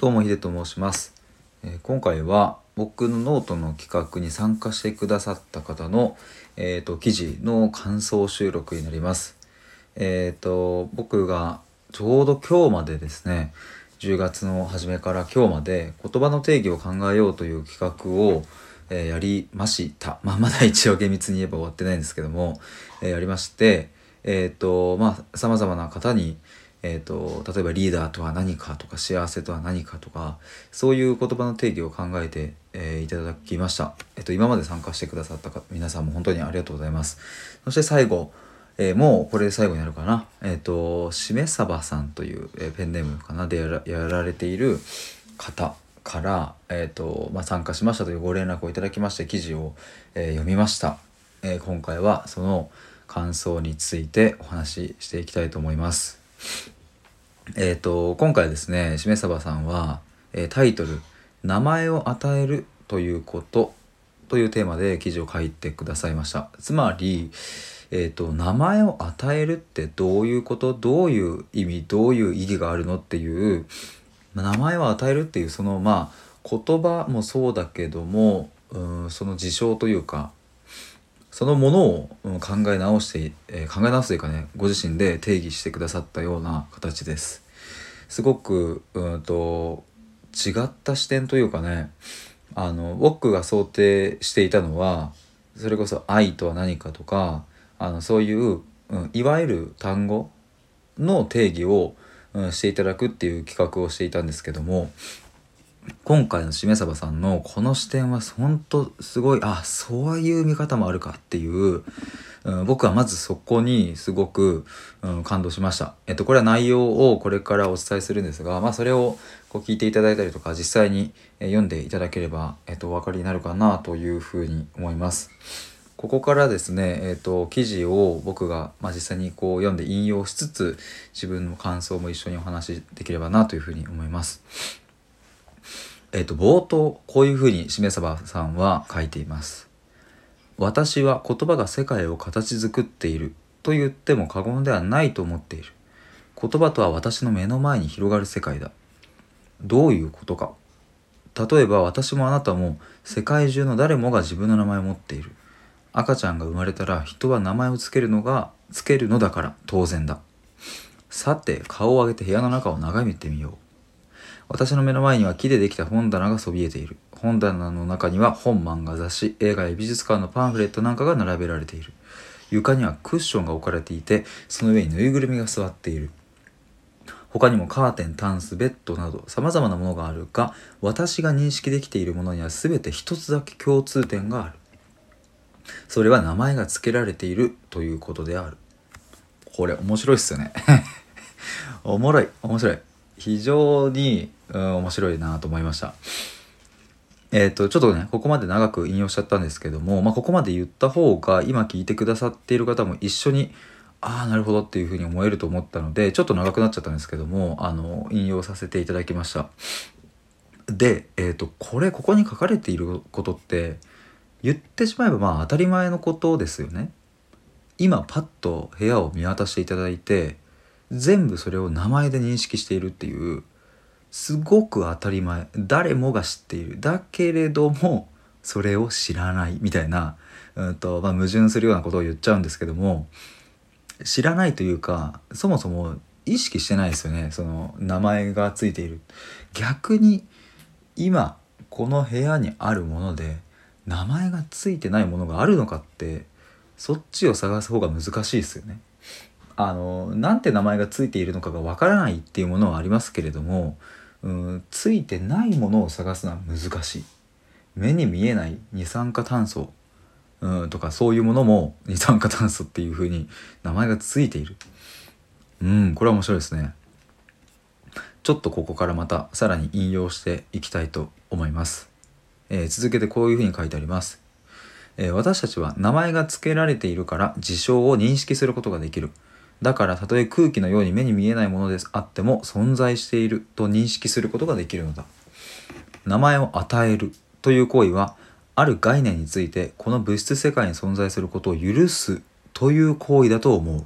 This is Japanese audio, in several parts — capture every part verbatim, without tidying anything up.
どうもヒデと申します、えー今回は僕のノートの企画に参加してくださった方の、えー、と記事の感想収録になります。えー、と僕がちょうど今日までですね、じゅうがつの初めから今日まで言葉の定義を考えようという企画を、えーやりました。まあ、まだ一応厳密に言えば終わってないんですけども、えーやりまして、えっ、とまあさまざまな方にえー、と例えばリーダーとは何かとか幸せとは何かとか、そういう言葉の定義を考えて、えーいただきました。えっと今まで参加してくださったか皆さんも本当にありがとうございます。そして最後、えーもうこれで最後になるかな、えっ、としめさばさんという、えーペンネームかなでやらやられている方から、えーとまあ、参加しましたというご連絡をいただきまして、記事を、えー読みました。えー今回はその感想についてお話ししていきたいと思います。えー、と今回ですね、しめさばさんは、えータイトル「名前を与えるということ」というテーマで記事を書いてくださいました。つまり、えー、と名前を与えるってどういうこと、どういう意味、どういう意義があるのっていう、名前を与えるっていうそのまあ言葉もそうだけども、うんその事象というかそのものをうん考え直して、えー考え直すというかね、ご自身で定義してくださったような形です。すごくうんと違った視点というかね、あの僕が想定していたのは、それこそ愛とは何かとか、あのそういう、うん、いわゆる単語の定義を、うん、していただくっていう企画をしていたんですけども、今回のしめさばさんのこの視点は本当すごい、あ、そういう見方もあるかっていう、うん、僕はまずそこにすごく、うん、感動しました。えっとこれは内容をこれからお伝えするんですが、まあそれをこう聞いていただいたりとか、実際にえー読んでいただければ、えっとお分かりになるかなというふうに思います。ここからですね、えっと記事を僕が、まあ、実際にこう読んで引用しつつ、自分の感想も一緒にお話しできればなというふうに思います。えっと冒頭こういうふうにしめさばさんは書いています。私は言葉が世界を形作っていると言っても過言ではないと思っている。言葉とは私の目の前に広がる世界だ。どういうことか。例えば私もあなたも世界中の誰もが自分の名前を持っている。赤ちゃんが生まれたら人は名前をつけるのがつけるのだから当然だ。さて顔を上げて部屋の中を眺めてみよう。私の目の前には木でできた本棚がそびえている。本棚の中には本、漫画、雑誌、映画や美術館のパンフレットなんかが並べられている。床にはクッションが置かれていて、その上にぬいぐるみが座っている。他にもカーテン、タンス、ベッドなど様々なものがあるが、私が認識できているものには全て一つだけ共通点がある。それは名前が付けられているということである。これ面白いっすよね。おもろい、面白い。非常に、うん、面白いなと思いました。えっと、ちょっとね、ここまで長く引用しちゃったんですけども、まあ、ここまで言った方が、今聞いてくださっている方も一緒に、ああ、なるほどっていうふうに思えると思ったので、ちょっと長くなっちゃったんですけども、あの、引用させていただきました。で、えっと、これ、ここに書かれていることって、言ってしまえばまあ当たり前のことですよね。今パッと部屋を見渡していただいて、全部それを名前で認識しているっていう、すごく当たり前、誰もが知っている、だけれどもそれを知らないみたいな、うんとまあ、矛盾するようなことを言っちゃうんですけども、知らないというか、そもそも意識してないですよね、その名前がついている。逆に今この部屋にあるもので名前がついてないものがあるのかって、そっちを探す方が難しいですよね。あのなんて名前がついているのかがわからないっていうものはありますけれども、うん、ついてないものを探すのは難しい。目に見えない二酸化炭素、うん、とかそういうものも二酸化炭素っていう風に名前がついている。うん、これは面白いですね。ちょっとここからまたさらに引用していきたいと思います。えー続けてこういう風に書いてあります。えー私たちは名前が付けられているから事象を認識することができる。だからたとえ空気のように目に見えないものであっても存在していると認識することができるのだ。名前を与えるという行為は、ある概念についてこの物質世界に存在することを許すという行為だと思う。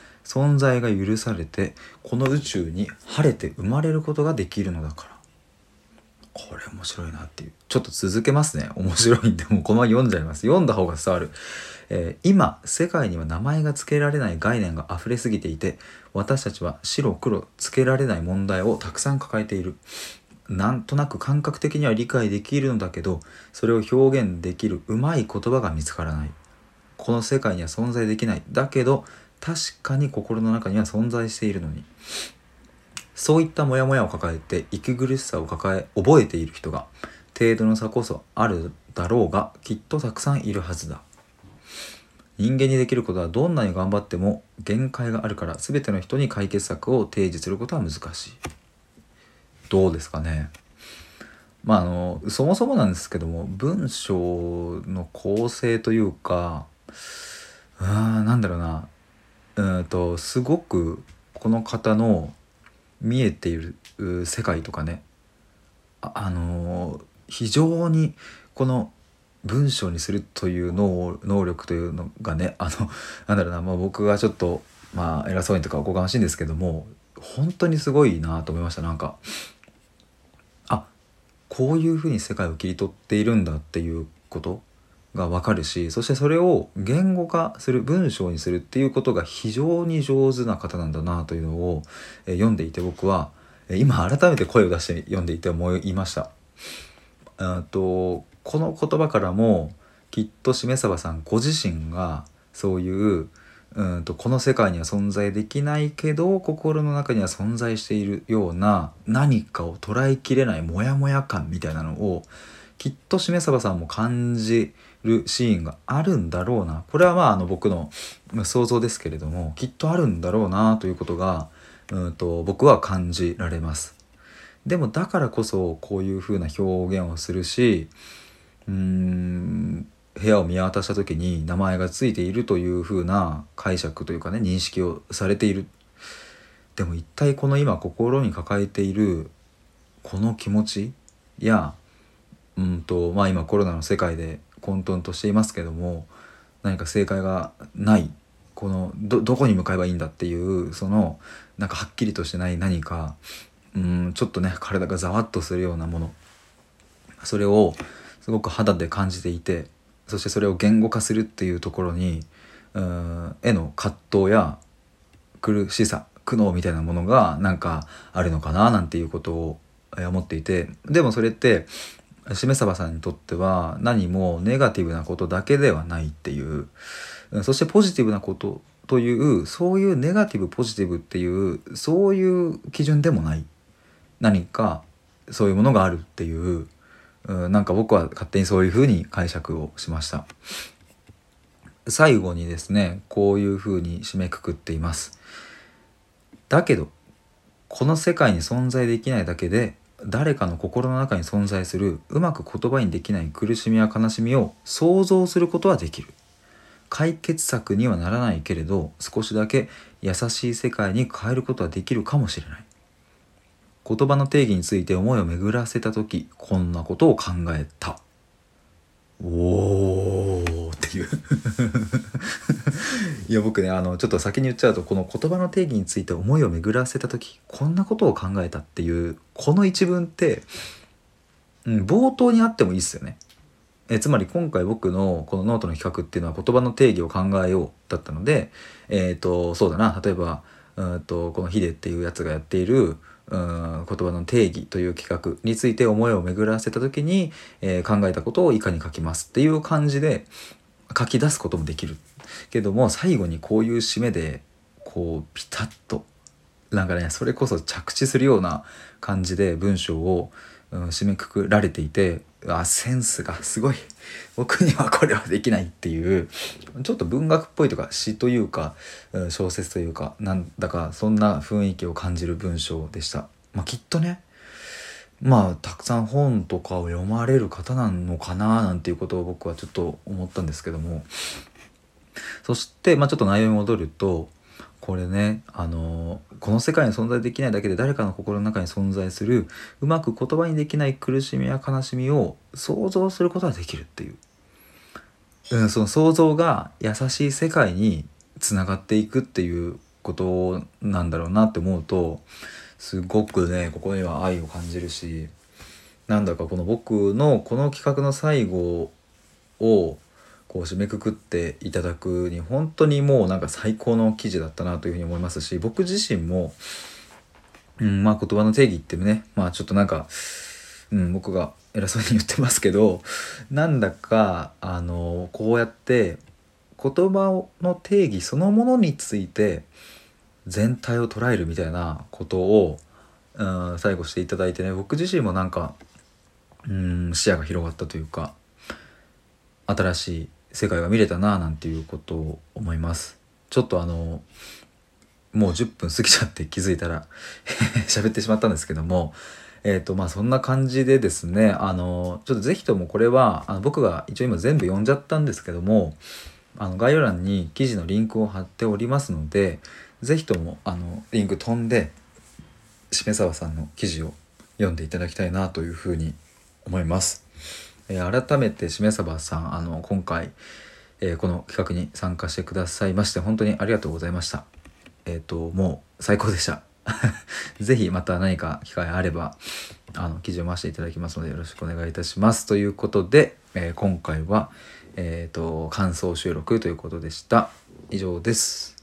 存在が許されてこの宇宙に晴れて生まれることができるのだから。 これ面白いなっていう。ちょっと続けますね。面白いんで、もうこのまま読んじゃいます。読んだ方が伝わる。えー今世界には名前が付けられない概念が溢れすぎていて、私たちは白黒付けられない問題をたくさん抱えている。なんとなく感覚的には理解できるのだけど、それを表現できるうまい言葉が見つからない。この世界には存在できない。だけど確かに心の中には存在しているのに。そういったモヤモヤを抱えて息苦しさを抱え覚えている人が程度の差こそあるだろうが、きっとたくさんいるはずだ。人間にできることはどんなに頑張っても限界があるから、全ての人に解決策を提示することは難しい。どうですかね。まああのそもそもなんですけども、文章の構成というか、うーんなんだろうな、うーんとすごくこの方の見えているう世界とかね、あ、あの非常にこの文章にするという能能力というのがね、あのなんだろうな、まあ、僕がちょっとまあ偉そうにとかおこがましいんですけども、本当にすごいなと思いました。なんか、あ、こういうふうに世界を切り取っているんだっていうことがわかるし、そしてそれを言語化する、文章にするっていうことが非常に上手な方なんだなというのを、えー読んでいて、僕はえー今改めて声を出して読んでいて思いました。あとこの言葉からもきっとしめさばさんご自身がそういううんとこの世界には存在できないけど心の中には存在しているような何かを捉えきれないモヤモヤ感みたいなのをきっとしめさばさんも感じるシーンがあるんだろうな。これはまああの僕の想像ですけれども、きっとあるんだろうなということがうんと僕は感じられます。でもだからこそこういう風な表現をするし、うーん部屋を見渡した時に名前がついているという風な解釈というかね、認識をされている。でも一体この今心に抱えているこの気持ちや、うんとまあ今コロナの世界で混沌としていますけども、何か正解がない、この ど, どこに向かえばいいんだっていうそのなんかはっきりとしてない何か、うんちょっとね体がざわっとするようなもの、それをすごく肌で感じていて、そしてそれを言語化するっていうところにうんへの葛藤や苦しさ苦悩みたいなものがなんかあるのかななんていうことをえ思っていて、でもそれってしめさばさんにとっては何もネガティブなことだけではないっていう、そしてポジティブなことというそういうネガティブポジティブっていうそういう基準でもない、何かそういうものがあるっていう、うん、なんか僕は勝手にそういうふうに解釈をしました。最後にですねこういうふうに締めくくっています。だけどこの世界に存在できないだけで誰かの心の中に存在するうまく言葉にできない苦しみや悲しみを想像することはできる。解決策にはならないけれど少しだけ優しい世界に変えることはできるかもしれない。言葉の定義について思いを巡らせた時こんなことを考えた。おーっていういや僕ねあのちょっと先に言っちゃうと、この言葉の定義について思いを巡らせた時こんなことを考えたっていうこの一文って、うん、冒頭にあってもいいっすよね。えつまり今回僕のこのノートの企画っていうのは言葉の定義を考えようだったので、えっ、とそうだな、例えばうんとこのヒデっていうやつがやっているうん言葉の定義という企画について思いを巡らせた時に、えー考えたことを以下に書きますっていう感じで書き出すこともできるけども、最後にこういう締めでこうピタッとなんかねそれこそ着地するような感じで文章を、うん、締めくくられていて、あセンスがすごい、僕にはこれはできないっていうちょっと文学っぽいとか詩というか、うん、小説というかなんだかそんな雰囲気を感じる文章でした。まあきっとね、まあたくさん本とかを読まれる方なのかななんていうことを僕はちょっと思ったんですけども、そして、まあ、ちょっと内容に戻ると、これね、あのこの世界に存在できないだけで誰かの心の中に存在するうまく言葉にできない苦しみや悲しみを想像することができるっていう、うん、その想像が優しい世界につながっていくっていうことなんだろうなって思うと、すごくねここには愛を感じるし、 なんだかこの僕のこの企画の最後をこう締めくくっていただくに本当にもうなんか最高の記事だったなというふうに思いますし、僕自身も、うん、まあ言葉の定義ってね、まあちょっとなんか、うん、僕が偉そうに言ってますけど、なんだかあのこうやって言葉の定義そのものについて全体を捉えるみたいなことを、うん、最後していただいてね、僕自身もなんか、うん、視野が広がったというか、新しい世界が見れたななんていうことを思います。ちょっとあのもうじゅっぷん過ぎちゃって気づいたら喋ってしまったんですけども、えーとまあそんな感じでですね、あのちょっとぜひともこれはあの僕が一応今全部読んじゃったんですけども、あの概要欄に記事のリンクを貼っておりますので、ぜひともあのリンク飛んでしめさわさんの記事を読んでいただきたいなというふうに思います。えー改めてしめさばさん、あの今回、えーこの企画に参加してくださいまして本当にありがとうございました。えっ、ともう最高でしたぜひまた何か機会あればあの記事を回していただきますのでよろしくお願いいたしますということで、えー今回は、えー、と感想収録ということでした。以上です。